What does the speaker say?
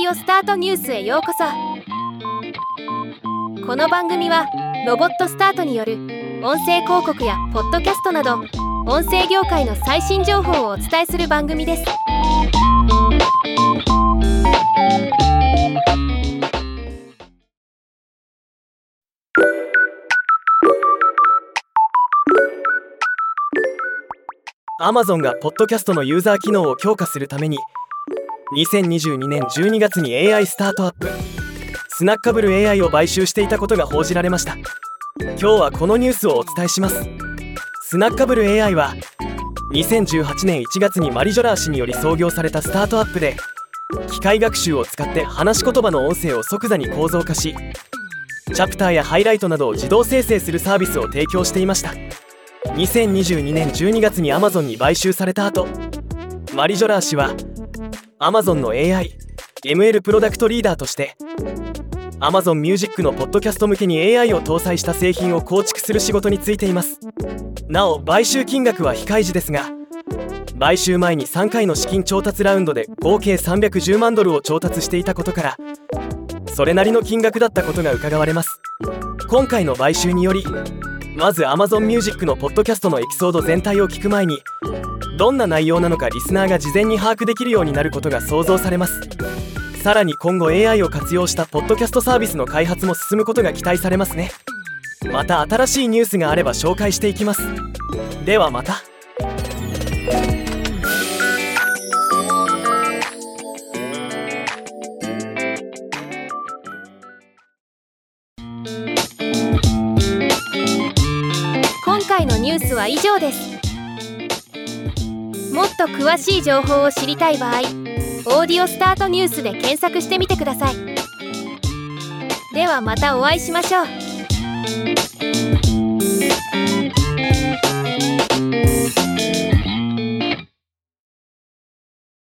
オスタートニュースへようこそ。この番組はロボットスタートによる音声広告やポッドキャストなど音声業界の最新情報をお伝えする番組です。 Amazon がポッドキャストのユーザー機能を強化するために2022年12月に AI スタートアップスナッカブル AI を買収していたことが報じられました。今日はこのニュースをお伝えします。スナッカブル AI は2018年1月にマリ・ジョラー氏により創業されたスタートアップで、機械学習を使って話し言葉の音声を即座に構造化し、チャプターやハイライトなどを自動生成するサービスを提供していました。2022年12月に Amazon に買収された後、マリ・ジョラー氏は Amazon の AI、ML プロダクトリーダーとして Amazon Music のポッドキャスト向けに AI を搭載した製品を構築する仕事に就いています。なお買収金額は非開示ですが、買収前に3回の資金調達ラウンドで合計310万ドルを調達していたことから、それなりの金額だったことが伺われます。今回の買収により、まず Amazon Music のポッドキャストのエピソード全体を聞く前に、どんな内容なのかリスナーが事前に把握できるようになることが想像されます。さらに今後 AI を活用したポッドキャストサービスの開発も進むことが期待されますね。また新しいニュースがあれば紹介していきます。ではまた。 今回のニュースは以上です。もっと詳しい情報を知りたい場合、オーディオスタートニュースで検索してみてください。ではまたお会いしましょう。